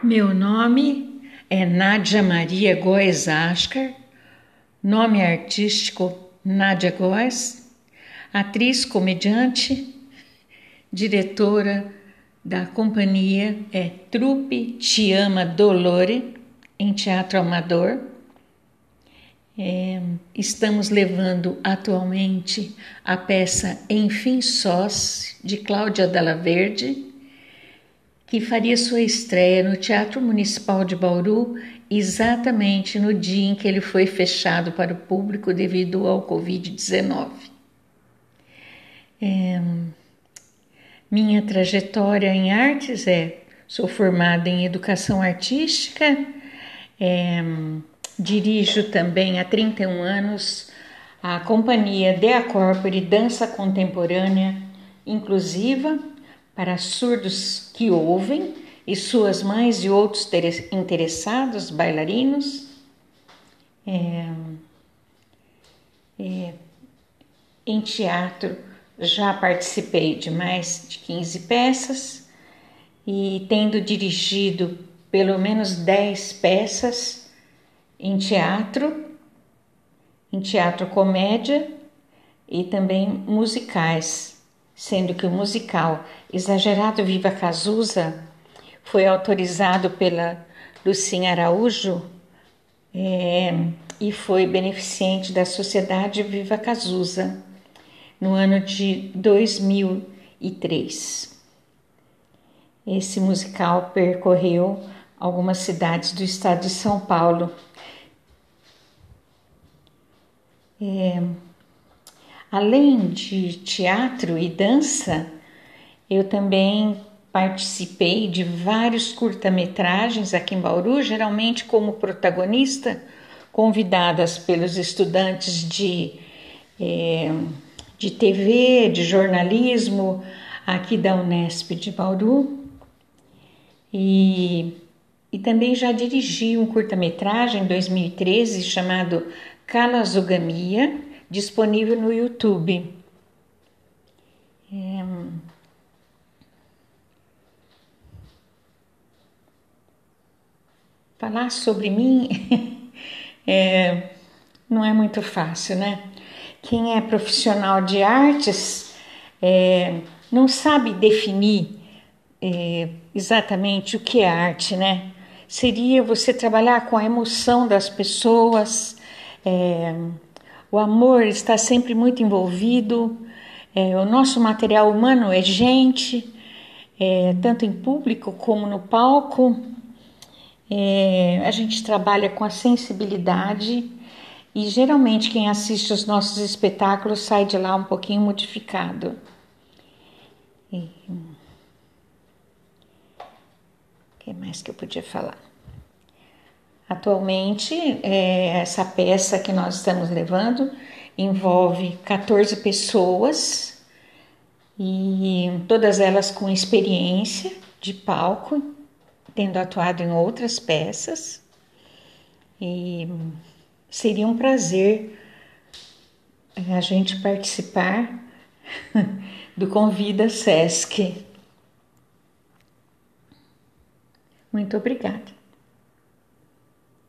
Meu nome é Nádia Maria Góes Askar, nome artístico Nádia Góes, atriz, comediante, diretora da companhia Trupe Te Ama Dolore, em teatro amador. Estamos levando atualmente a peça Enfim Sós, de Cláudia Dalla Verde, que faria sua estreia no Teatro Municipal de Bauru exatamente no dia em que ele foi fechado para o público devido ao Covid-19. Minha trajetória em artes sou formada em educação artística, dirijo também há 31 anos a companhia De Corpore Dança Contemporânea Inclusiva para surdos que ouvem e suas mães e outros interessados, bailarinos. Em teatro já participei de mais de 15 peças e tendo dirigido pelo menos 10 peças em teatro comédia e também musicais, sendo que o musical Exagerado Viva Cazuza foi autorizado pela Lucinha Araújo e foi beneficente da Sociedade Viva Cazuza no ano de 2003. Esse musical percorreu algumas cidades do estado de São Paulo. Além de teatro e dança, eu também participei de vários curta-metragens aqui em Bauru, geralmente como protagonista, convidadas pelos estudantes de TV, de jornalismo, aqui da Unesp de Bauru. E também já dirigi um curta-metragem em 2013 chamado Calazogamia, disponível no YouTube. Falar sobre mim não é muito fácil, né? Quem é profissional de artes não sabe definir exatamente o que é arte, né? Seria você trabalhar com a emoção das pessoas, o amor está sempre muito envolvido, o nosso material humano é gente, tanto em público como no palco. A gente trabalha com a sensibilidade e geralmente quem assiste os nossos espetáculos sai de lá um pouquinho modificado. O que mais que eu podia falar? Atualmente, essa peça que nós estamos levando envolve 14 pessoas e todas elas com experiência de palco, tendo atuado em outras peças. E seria um prazer a gente participar do Convida Sesc. Muito obrigada.